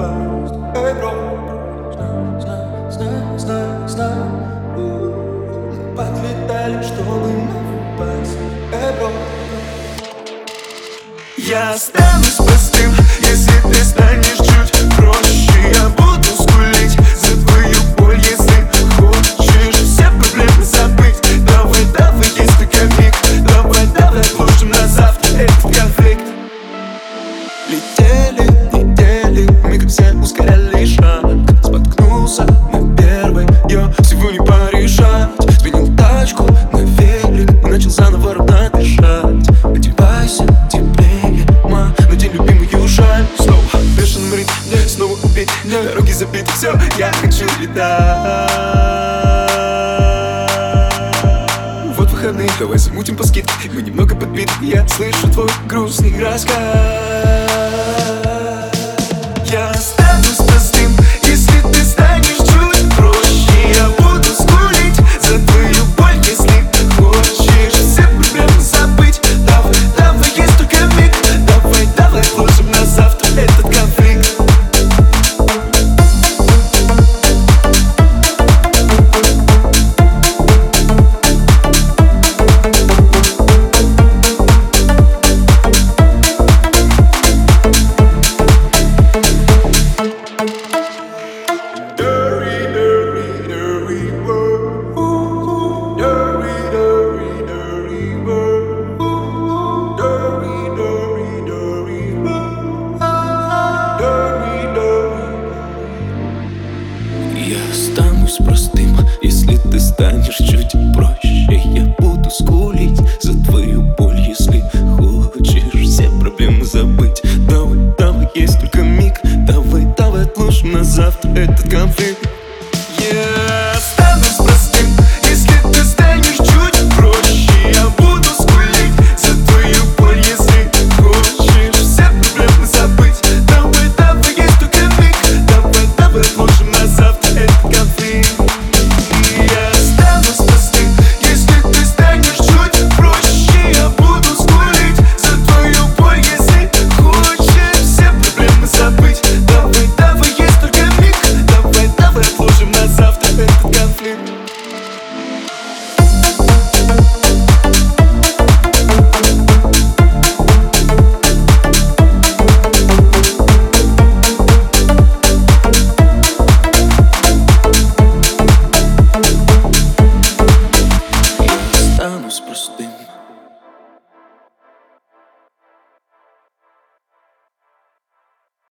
упасть. Эй, бро, знай, мы подлетали, чтобы не упасть. Эй, бро. Я останусь простым, если ты станешь чуть проще. Я буду скулить за твою боль, если хочешь все проблемы забыть. Давай, давай, есть только миг. Давай, давай, отложим на завтра этот конфликт. Летели недели, мы как все ускоряли шаг. Споткнулся на первой, я всего не порешать. Сменил тачку на велик и начал заново ровно дышать. Одевайся теплее, ма, надень любимую шаль. Снова в бешеном ритме, снова убить. Дороги забиты, все, я хочу летать. Вот выходные, давай замутим по скидке. Мы немного подбиты, я слышу твой грустный рассказ. Я останусь простым, если ты станешь чуть проще. Я буду скулить за твою боль, если хочешь все проблемы забыть. Давай, давай, есть только миг. Давай, давай, отложим на завтра этот конфликт. Я останусь простым, если ты станешь чуть